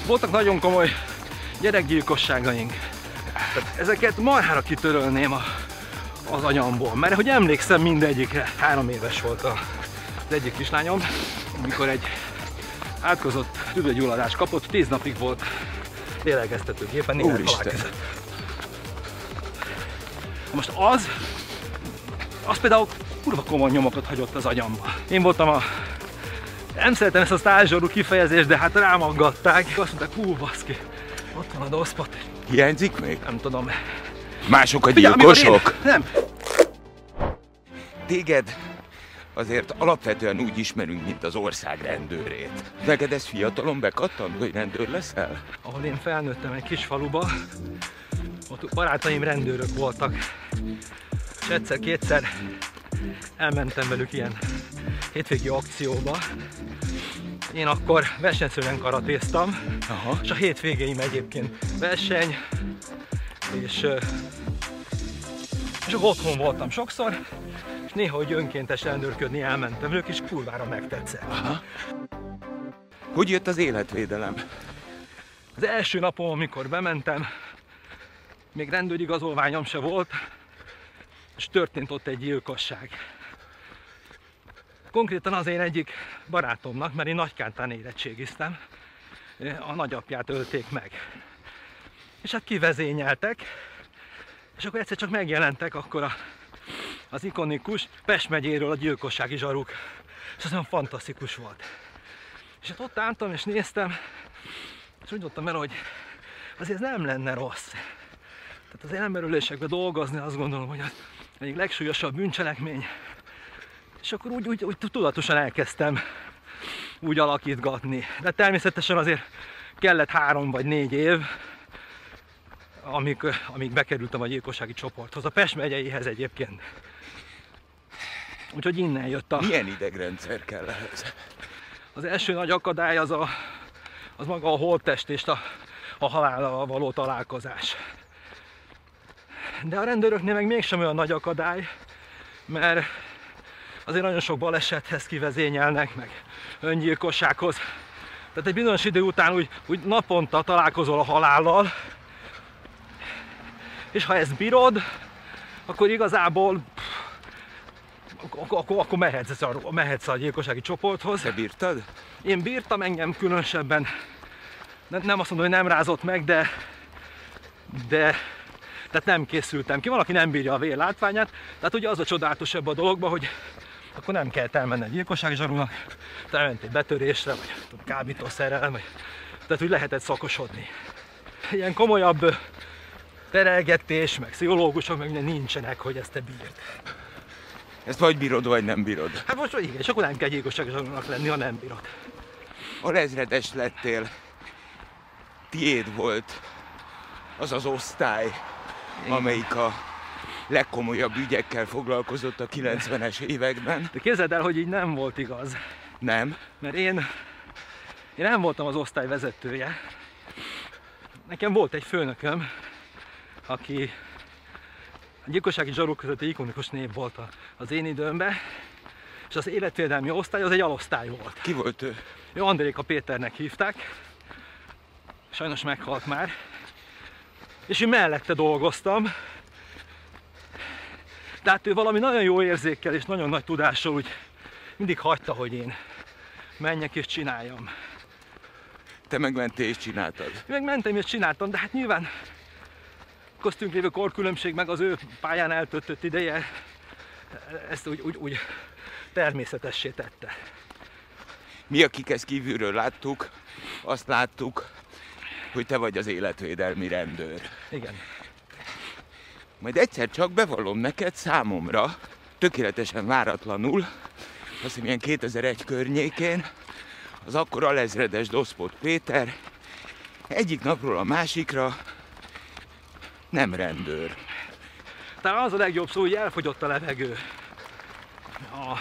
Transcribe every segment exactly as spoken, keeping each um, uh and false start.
Voltak nagyon komoly gyerekgyilkosságaink. Tehát ezeket marhára kitörölném a, az anyamból, mert hogy emlékszem mindegyikre. Három éves volt az egyik kislányom, amikor egy átkozott tüdőgyulladást kapott, tíz napig volt lélegeztetőgépen, néhány halál között. Most az, az például kurva komoly nyomokat hagyott az agyamba. Én voltam a... Nem szeretem ezt a sztálzsorú kifejezést, de hát rámaggatták. Azt mondták, hú, baszki, ott van a doszpot. Hiányzik még? Nem tudom. Mások a gyilkosok? Én... Nem. Téged azért alapvetően úgy ismerünk, mint az ország rendőrét. Neked ez fiatalon bekattant, hogy rendőr leszel? Ahol én felnőttem egy kis faluba, ott barátaim rendőrök voltak. És egyszer-kétszer elmentem velük ilyen hétvégi akcióba. Én akkor versenyszerűen karatéztam, aha, és a hétvégéim egyébként verseny, és, és otthon voltam sokszor, és néha, hogy önkéntes rendőrködni elmentem velük, és kurvára megtetszett. Aha. Hogy jött az életvédelem? Az első napom, amikor bementem, még rendőrigazolványom se volt, és történt ott egy gyilkosság. Konkrétan az én egyik barátomnak, mert én Nagykántán érettségiztem, a nagyapját ölték meg. És hát kivezényeltek, és akkor egyszer csak megjelentek akkor a, az ikonikus Pest megyéről a gyilkossági zsaruk. És az olyan fantasztikus volt. És hát ott álltam és néztem, és úgy mondtam el, hogy azért ez nem lenne rossz. Tehát az emberölésekben dolgozni, azt gondolom, hogy az egyik legsúlyosabb bűncselekmény. És akkor úgy, úgy, úgy tudatosan elkezdtem úgy alakítgatni. De természetesen azért kellett három vagy négy év, amíg, amíg bekerültem a gyilkossági csoporthoz. A Pest megyeihez egyébként. Úgyhogy innen jött a... Milyen idegrendszer kell ehhez? Az első nagy akadály az, a, az maga a holttest és a, a halállal való találkozás. De a rendőröknél meg mégsem olyan nagy akadály, mert azért nagyon sok balesethez kivezényelnek, meg öngyilkossághoz. Tehát egy bizonyos idő után úgy, úgy naponta találkozol a halállal, és ha ezt bírod, akkor igazából pff, akkor, akkor, akkor mehetsz, a, mehetsz a gyilkossági csoporthoz. Te bírtad? Én bírtam, engem különösebben, nem azt mondom, hogy nem rázott meg, de, de tehát nem készültem ki. Van, aki nem bírja a vér látványát, tehát ugye az a csodálatosabb a dologban, hogy akkor nem kellett elmenni a gyilkossági zsarúnak, te elmentél betörésre, vagy tudom, kábítószerrel, vagy, tehát úgy lehetett szakosodni. Ilyen komolyabb terelgetés, meg pszichológusok meg nincsenek, hogy ezt te bírd. Ezt vagy bírod, vagy nem bírod. Hát most igen, és akkor nem kell gyilkossági zsarúnak lenni, ha nem bírod. Alezredes lettél, tiéd volt az az osztály, igen, amelyik a legkomolyabb ügyekkel foglalkozott a kilencvenes években. De képzeld el, hogy így nem volt igaz. Nem? Mert én, én nem voltam az osztály vezetője. Nekem volt egy főnököm, aki a gyilkossági zsaruk között egy ikonikus név volt az én időmben, és az életvédelmi osztály az egy alosztály volt. Ki volt ő? Ő Andréka Péternek hívták, sajnos meghalt már, és én mellette dolgoztam. Tehát ő valami nagyon jó érzékkel és nagyon nagy tudással úgy mindig hagyta, hogy én menjek és csináljam. Te megmentél és csináltad? Én megmentem és csináltam, de hát nyilván köztünk lévő korkülönbség meg az ő pályán eltöltött ideje ezt úgy, úgy, úgy természetessé tette. Mi, akik ezt kívülről láttuk, azt láttuk, hogy te vagy az életvédelmi rendőr. Igen. Majd egyszer csak bevallom neked, számomra, tökéletesen váratlanul, azt hiszem ilyen kétezer-egy környékén, az akkor alezredes Doszpot Péter egyik napról a másikra nem rendőr. Talán az a legjobb szó, hogy elfogyott a levegő a,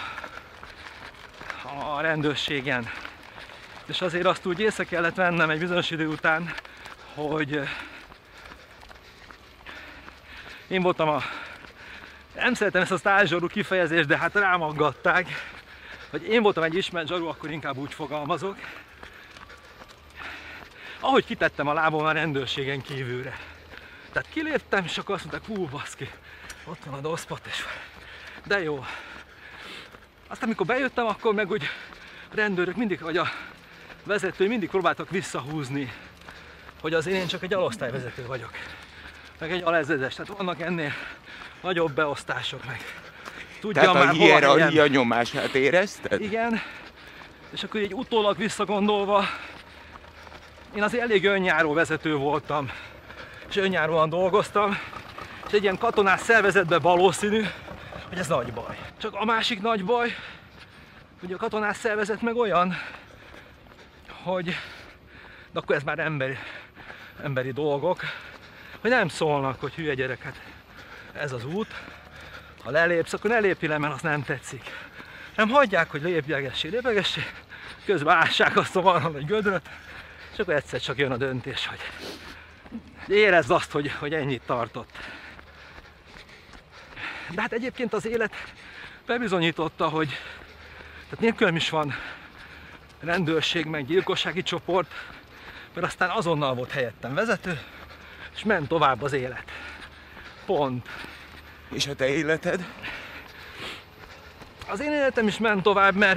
a rendőrségen. És azért azt úgy észre kellett vennem egy bizonyos idő után, hogy én voltam a... Nem szeretem ezt a sztálzsarú kifejezést, de hát rámaggatták, hogy én voltam egy ismert zsarú, akkor inkább úgy fogalmazok, ahogy kitettem a lábam a rendőrségen kívülre. Tehát kiléptem, és akkor azt mondták, hú, baszki, ott van a doszpot, és de jó. Aztán amikor bejöttem, akkor meg úgy a rendőrök mindig, vagy a vezetői mindig próbáltak visszahúzni, hogy azért én csak egy alosztályvezető vagyok, meg egy alezredes, tehát vannak ennél nagyobb beosztások meg. Tudjam tehát a hierarchia nyomását érezted? Igen, és akkor így utólag visszagondolva, én azért elég önjáró vezető voltam, és önjáróan dolgoztam, és egy ilyen katonás szervezetben valószínű, hogy ez nagy baj. Csak a másik nagy baj, hogy a katonás szervezet meg olyan, hogy, de akkor ez már emberi, emberi dolgok, hogy nem szólnak, hogy hülye gyereket, ez az út, ha lelépsz, akkor ne lépj le, mert az nem tetszik. Nem hagyják, hogy lépjegessé, lépjegessé, közben ássák azt a marha nagy gödröt, és akkor egyszer csak jön a döntés, hogy érezd azt, hogy, hogy ennyit tartott. De hát egyébként az élet bebizonyította, hogy tehát nélkülem is van rendőrség, meg gyilkossági csoport, mert aztán azonnal volt helyettem vezető, és ment tovább az élet. Pont. És a te életed? Az én életem is ment tovább, mert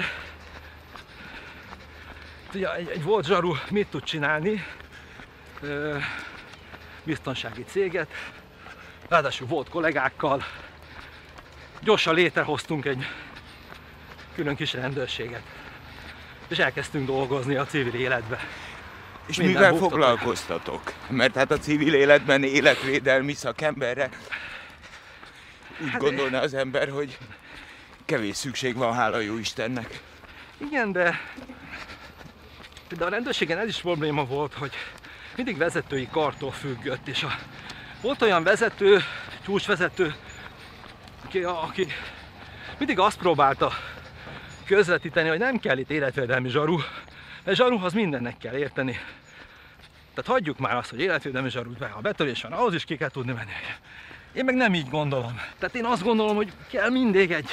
ugye egy, egy volt zsaru mit tud csinálni, Ö, biztonsági céget, ráadásul volt kollégákkal, gyorsan létrehoztunk egy külön kis rendőrséget, és elkezdtünk dolgozni a civil életbe. És minden mivel buktatok. Foglalkoztatok? Mert hát a civil életben életvédelmi szakemberre úgy hát gondolna az ember, hogy kevés szükség van, hála jó Istennek. Igen, de, de a rendőrségen ez is probléma volt, hogy mindig vezetői kartól függött, és a, volt olyan vezető, csúcsvezető, aki, aki mindig azt próbálta közvetíteni, hogy nem kell itt életvédelmi zsaru, mert zsaruhoz mindennek kell érteni. Tehát hagyjuk már azt, hogy életvédelmi zsaru, ha betörés van, ahhoz is ki kell tudni menni. Én meg nem így gondolom. Tehát én azt gondolom, hogy kell mindig egy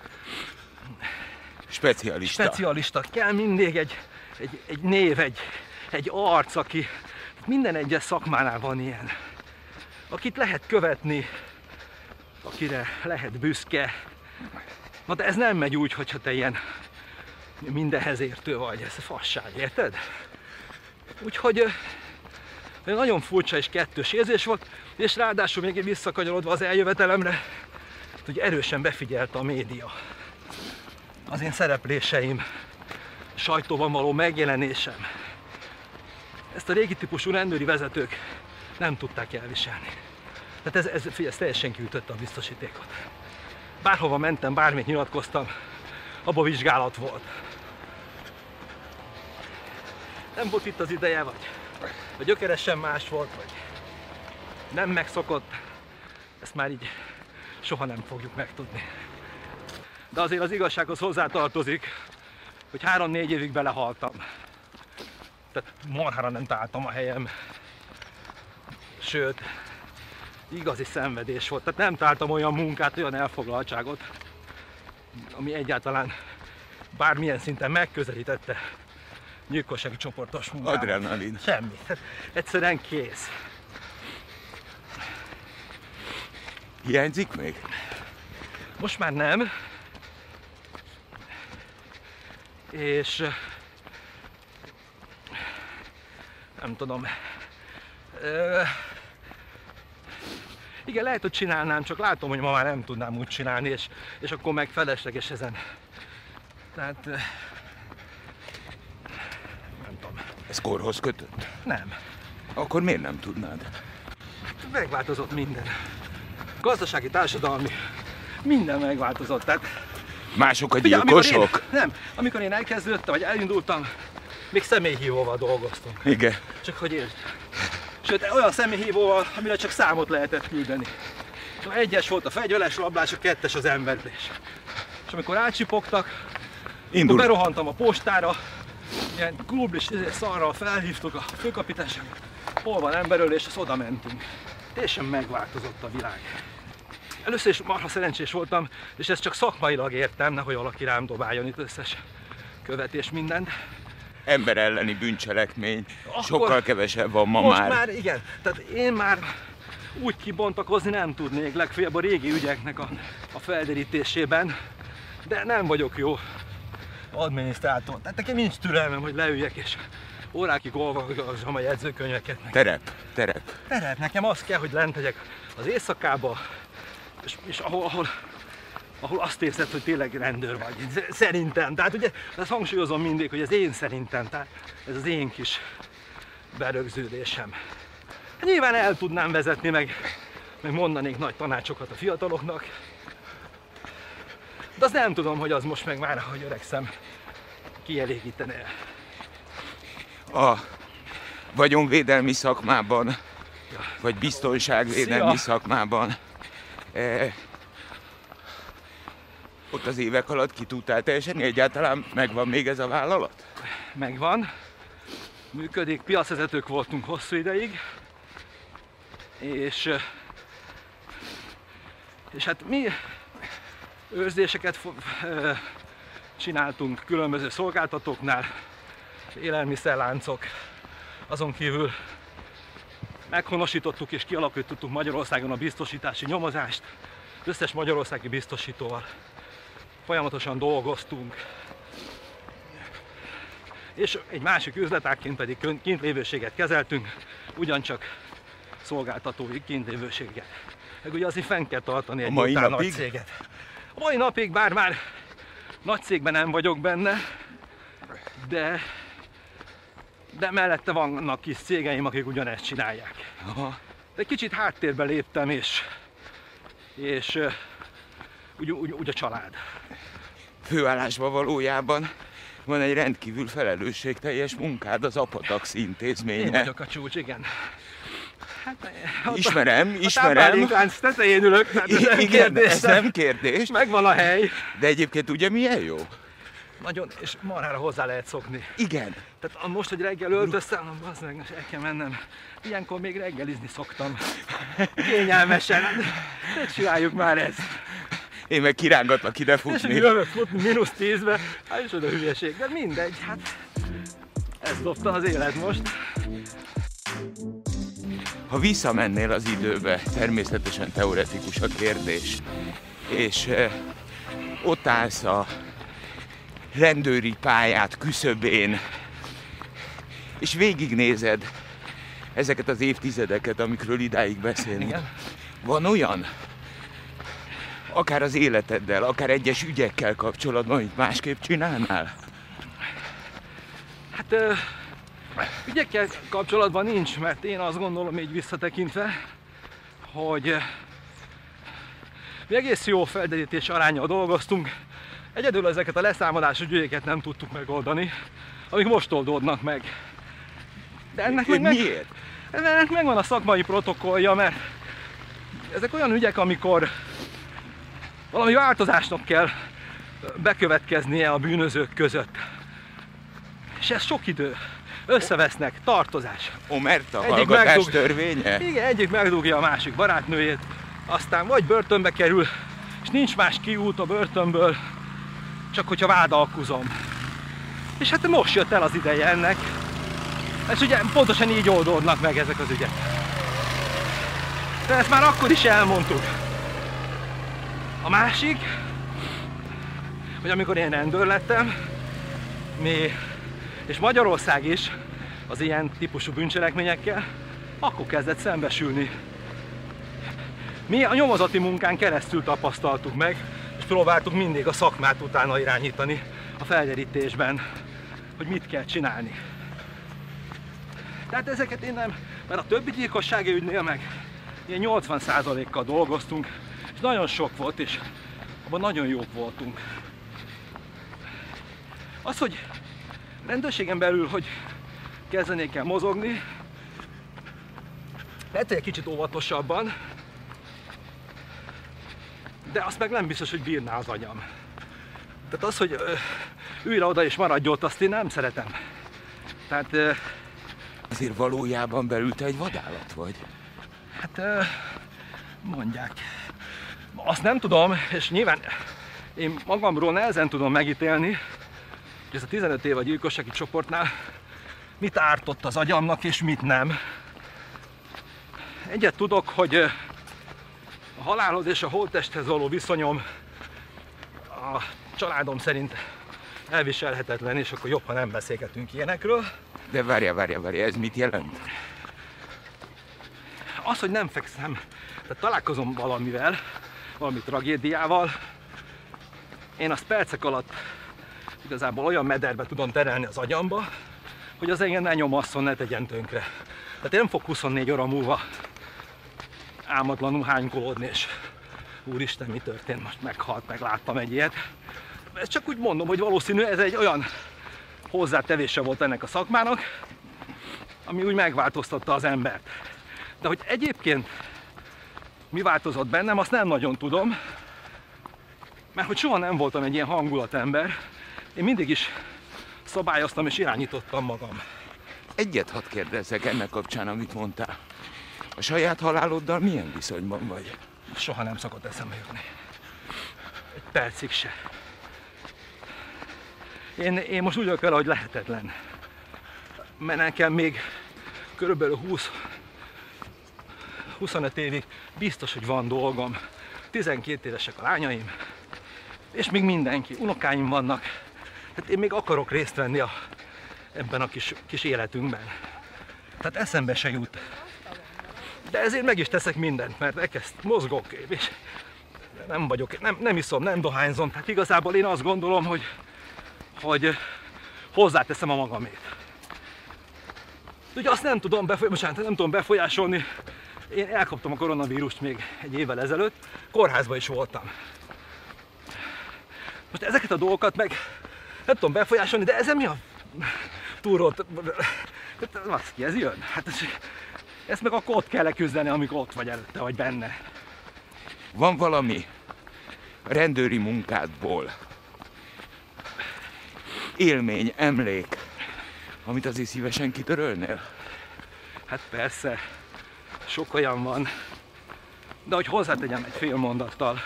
specialista. Specialista. Kell mindig egy, egy, egy név, egy, egy arc, aki minden egyes szakmánál van ilyen. Akit lehet követni, akire lehet büszke. Na de ez nem megy úgy, hogyha te ilyen mindenhez értő vagy. Ez fasság, érted? Úgyhogy nagyon furcsa és kettős érzés volt, és ráadásul még visszakanyarodva az eljövetelemre, hogy erősen befigyelte a média. Az én szerepléseim, sajtóban való megjelenésem. Ezt a régi típusú rendőri vezetők nem tudták elviselni. Tehát ez, ez, figyelj, ez teljesen kiütötte a biztosítékot. Bárhova mentem, bármit nyilatkoztam, abban vizsgálat volt. Nem volt itt az ideje, vagy a gyökeresen más volt, vagy nem megszokott. Ezt már így soha nem fogjuk megtudni. De azért az igazsághoz hozzátartozik, hogy három-négy évig belehaltam. Tehát marhára nem találtam a helyem. Sőt, igazi szenvedés volt. Tehát nem találtam olyan munkát, olyan elfoglaltságot, ami egyáltalán bármilyen szinten megközelítette gyilkossági csoportos munkát. Adrenalin. Semmi. Tehát egyszerűen kész. Hiányzik még? Most már nem. És nem tudom. Ö, igen, lehet, hogy csinálnám, csak látom, hogy ma már nem tudnám úgy csinálni, és, és akkor meg felesleges ezen. Tehát nem tudom. Ez korhoz kötött? Nem. Akkor miért nem tudnád? Megváltozott minden. Gazdasági, társadalmi, minden megváltozott. Tehát mások a gyilkosok? Amikor én, nem, amikor én elkezdődtem, vagy elindultam, még személyhívóval dolgoztunk. Igen. Csak hogy értsd. Sőt, olyan személyhívóval, amire csak számot lehetett küldeni. Egyes volt a fegyveres rablás, a kettes az emberlés. És amikor átcsipogtak, akkor berohantam a postára, ilyen klublis szarral felhívtuk a főkapitányságot, hol van emberölés, és oda mentünk. Teljesen megváltozott a világ. Először is marha szerencsés voltam, és ezt csak szakmailag értem, nehogy valaki rám dobáljon itt összes követ és mindent. ember elleni bűncselekmény. Akkor Sokkal kevesebb van ma most már. már. igen, tehát én már úgy kibontakozni nem tudnék, legfeljebb a régi ügyeknek a, a felderítésében, de nem vagyok jó adminisztrátor. Tehát nekem nincs türelmem, hogy leüljek és órákig olvasom a jegyzőkönyveket. Meg. Terep, terep. Terep, nekem az kell, hogy lent legyek az éjszakába, és, és ahol, ahol, ahol azt érzed, hogy tényleg rendőr vagy. Szerintem. Tehát ugye, ezt hangsúlyozom mindig, hogy ez én szerintem, tehát ez az én kis berögződésem. Nyilván el tudnám vezetni, meg, meg mondanék nagy tanácsokat a fiataloknak, de azt nem tudom, hogy az most meg már, ahogy öregszem, kielégítene. A vagyonvédelmi szakmában, vagy biztonságvédelmi Szia. szakmában, e, ott az évek alatt ki tudtál teljesíteni? Egyáltalán megvan még ez a vállalat? Megvan, működik, piacvezetők voltunk hosszú ideig, és, és hát mi őrzéseket csináltunk különböző szolgáltatóknál, élelmiszerláncok, azon kívül meghonosítottuk és kialakítottuk Magyarországon a biztosítási nyomozást, az összes magyarországi biztosítóval folyamatosan dolgoztunk. És egy másik üzletágként pedig kintlévőséget kezeltünk, ugyancsak szolgáltatói kintlévőséget. Meg ugye azért fenn kell tartani egy brutál nagy céget. A mai napig, bár már nagy cégben nem vagyok benne, de, de mellette vannak kis cégeim, akik ugyanezt csinálják. Aha. De egy kicsit háttérbe léptem, és, és úgy, úgy, úgy a család. Főállásban valójában van egy rendkívül felelősségteljes munkád, az Apataxi intézménye. Én vagyok a csúcs, igen. Hát, ismerem, a, ismerem. A tápláléklánc tetején ülök, tehát ez nem igen, kérdés. ez nem kérdés. Megvan a hely. De egyébként ugye milyen jó? Nagyon, és marhára hozzá lehet szokni. Igen. Tehát most, hogy reggel öltöztem, az meg most el kell mennem. Ilyenkor még reggelizni szoktam. Kényelmesen. Ne csináljuk már ezt. Én meg kirángatlak ide futni. És jövök futni mínusz tízbe. Hát is oda hülyeség, de mindegy. Hát ez dobta az élet most. Ha visszamennél az időbe, természetesen teoretikus a kérdés, és eh, ott állsz a rendőri pályát küszöbén, és végignézed ezeket az évtizedeket, amikről idáig beszélünk. Igen. Van olyan, akár az életeddel, akár egyes ügyekkel kapcsolatban, amit másképp csinálnál? Hát ö, ügyekkel kapcsolatban nincs, mert én azt gondolom így visszatekintve, hogy ö, mi egész jó felderítés aránnyal dolgoztunk. Egyedül ezeket a leszámolásos ügyeket nem tudtuk megoldani, amik most oldódnak meg. De ennek meg, meg, miért? ennek megvan a szakmai protokollja, mert ezek olyan ügyek, amikor valami változásnak kell bekövetkeznie a bűnözők között. És ez sok idő. Összevesznek, tartozás. Omerta Egyik hallgatás megdug... törvénye? Igen, egyik megdugja a másik barátnőjét, aztán vagy börtönbe kerül, és nincs más kiút a börtönből, csak hogyha vádalkozom. És hát most jött el az ideje ennek, és ugye pontosan így oldódnak meg ezek az ügyek. De ezt már akkor is elmondtuk. A másik, hogy amikor én rendőr lettem, mi, és Magyarország is az ilyen típusú bűncselekményekkel, akkor kezdett szembesülni. Mi a nyomozati munkán keresztül tapasztaltuk meg, és próbáltuk mindig a szakmát utána irányítani a felderítésben, hogy mit kell csinálni. Tehát ezeket én nem, mert a többi gyilkossági ügynél meg ilyen nyolcvan százalékkal dolgoztunk, és nagyon sok volt, és abban nagyon jók voltunk. Az, hogy rendőrségen belül, hogy kezdenék el mozogni, lehet, hogy egy kicsit óvatosabban, de azt meg nem biztos, hogy bírná az agyam. Tehát az, hogy ülj oda és maradj ott, azt én nem szeretem. Tehát... Azért valójában belül te egy vadállat vagy. Hát... mondják. Azt nem tudom, és nyilván én magamról nehezen tudom megítélni, ez a tizenöt év a gyilkossági csoportnál mit ártott az agyamnak és mit nem. Egyet tudok, hogy a halálhoz és a holttesthez való viszonyom a családom szerint elviselhetetlen, és akkor jobb, ha nem beszélgetünk ilyenekről. De várja, várja, várja, ez mit jelent? Az, hogy nem fekszem, tehát találkozom valamivel, valami tragédiával, én azt percek alatt igazából olyan mederbe tudom terelni az agyamba, hogy az engem ne nyomasszon, ne tegyen tönkre. Tehát én nem fog huszonnégy óra múlva álmatlanul hánykolódni, és úristen, mi történt, most meghalt, meg láttam egy ilyet. Ezt csak úgy mondom, hogy valószínű ez egy olyan hozzátevése volt ennek a szakmának, ami úgy megváltoztatta az embert. De hogy egyébként mi változott bennem, azt nem nagyon tudom, mert hogy soha nem voltam egy ilyen hangulatember, én mindig is szabályoztam és irányítottam magam. Egyet hadd kérdezzek ennek kapcsán, amit mondtál. A saját haláloddal milyen viszonyban vagy? Soha nem szokott eszembe jutni. Egy percig se. Én, én most úgy vagyok vele, hogy lehetetlen. Mert nekem még körülbelül húsz huszonöt évig biztos, hogy van dolgom. tizenkét évesek a lányaim, és még mindenki, unokáim vannak. Hát én még akarok részt venni a, ebben a kis, kis életünkben. Tehát eszembe se jut. De ezért meg is teszek mindent, mert elkezd mozgok, és nem vagyok, nem, nem iszom, nem dohányzom. Tehát igazából én azt gondolom, hogy, hogy hozzáteszem a magamét. Ugye azt nem tudom, befolyásolni, nem tudom befolyásolni. Én elkaptam a koronavírust még egy évvel ezelőtt, kórházban is voltam. Most ezeket a dolgokat meg nem tudom befolyásolni, de ezen mi a túrót? Az ki, ez jön? Hát ez, ezt meg akkor ott kell leküzdeni, amikor ott vagy előtte, vagy benne. Van valami rendőri munkádból, élmény, emlék, amit azért szívesen kitörölnél? Hát persze, sok olyan van, de hogy hozzátegyem egy fél mondattal.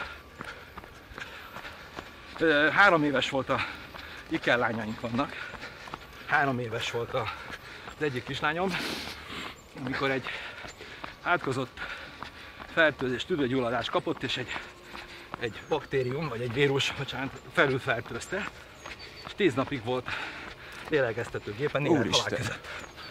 Három éves volt a ikellányaink vannak. Három éves volt az egyik kislányom, amikor egy átkozott fertőzés, tüdőgyulladást kapott, és egy, egy baktérium, vagy egy vírus, bocsánat, felülfertőzte, és tíz napig volt lélegeztetőgépen, néhány halál között.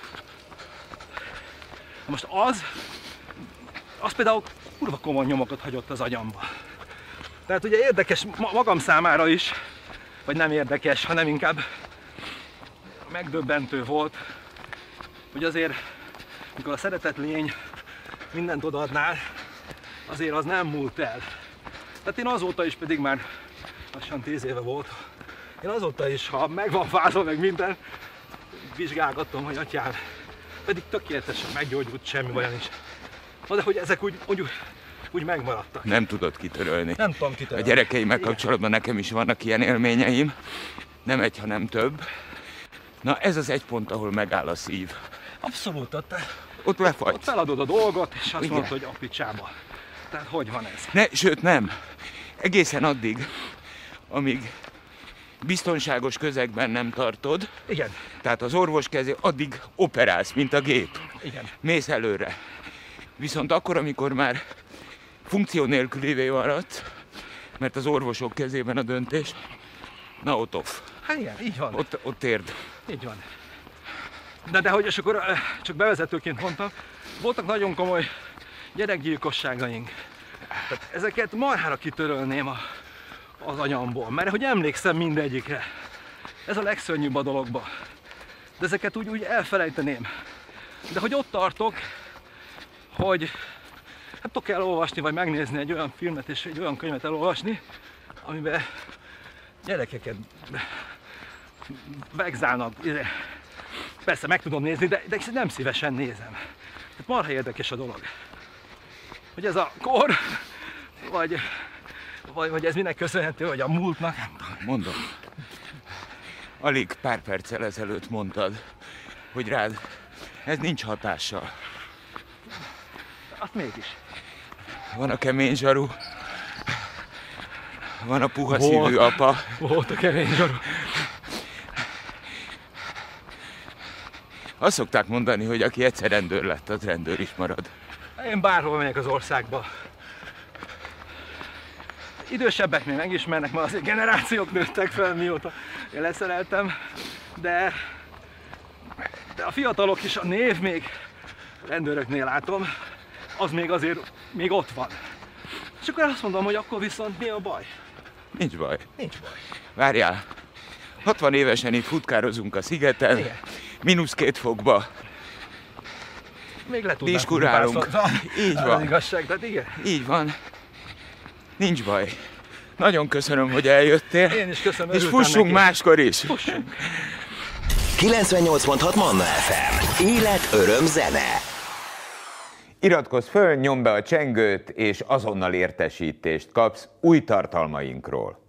Most az, az például kurva komoly nyomokat hagyott az agyamba. Tehát ugye érdekes magam számára is, vagy nem érdekes, hanem inkább megdöbbentő volt, hogy azért, mikor a szeretett lény mindent odaadnál, azért az nem múlt el. Tehát én azóta is, pedig már lassan tíz éve volt, én azóta is, ha megvan fázol meg minden, vizsgálgatom, hogy atyám, pedig tökéletesen meggyógyult, semmi olyan is. Na de hogy ezek úgy, úgy, úgy megmaradtak. Nem tudod kitörölni. Nem tudom kitörölni. A gyerekeimmel kapcsolatban nekem is vannak ilyen élményeim. Nem egy, hanem több. Na ez az egy pont, ahol megáll a szív. Abszolút, ott, ott lefagy. Ott feladod a dolgot, és azt Igen. mondod, hogy a picsába. Tehát hogy van ez? Ne, sőt nem. Egészen addig, amíg biztonságos közegben nem tartod. Igen. Tehát az orvos kezé, addig operálsz, mint a gép. Igen. Mész előre. Viszont akkor, amikor már funkció nélkülévé maradsz, mert az orvosok kezében a döntés, na ott off. Hát igen, így van. Ott, ott érd. Így van. De, de hogy és akkor csak bevezetőként mondtam, voltak nagyon komoly gyerekgyilkosságaink. Tehát ezeket marhára kitörölném a, az anyamból, mert hogy emlékszem mindegyikre. Ez a legszörnyűbb a dologban. De ezeket úgy, úgy elfelejteném. De hogy ott tartok, hogy hát tudok elolvasni, vagy megnézni egy olyan filmet és egy olyan könyvet elolvasni, amiben gyerekeket vegzálnak. Persze meg tudom nézni, de, de nem szívesen nézem. Tehát marha érdekes a dolog. Hogy ez a kor, vagy, vagy, vagy ez minek köszönhető, hogy a múltnak, nem tudom. Mondom. Alig pár perccel ezelőtt mondtad, hogy rád ez nincs hatással. Azt mégis. Van a kemény zsaru, van a puha szívű apa. Volt a kemény zsaru. Azt szokták mondani, hogy aki egyszer rendőr lett, az rendőr is marad. Én bárhol megyek az országba. Idősebbek még megismernek, ma azért generációk nőttek fel, mióta én leszereltem, de, de a fiatalok is, a név még rendőröknél látom, az még azért még ott van. És akkor azt mondom, hogy akkor viszont mi a baj? Nincs baj. Nincs baj. Várjál, hatvan évesen itt futkározunk a szigeten, Igen. mínusz két fokba. Még le tudnánk Diskurálunk. Így van. van. Az igazság, tehát igen. Így van. Nincs baj. Nagyon köszönöm, hogy eljöttél. Én is köszönöm. És fussunk neki. Máskor is. Fussunk. kilencvennyolc pont hat Manna ef em. Élet, öröm, zene. Iratkozz föl, nyomd be a csengőt, és azonnal értesítést kapsz új tartalmainkról.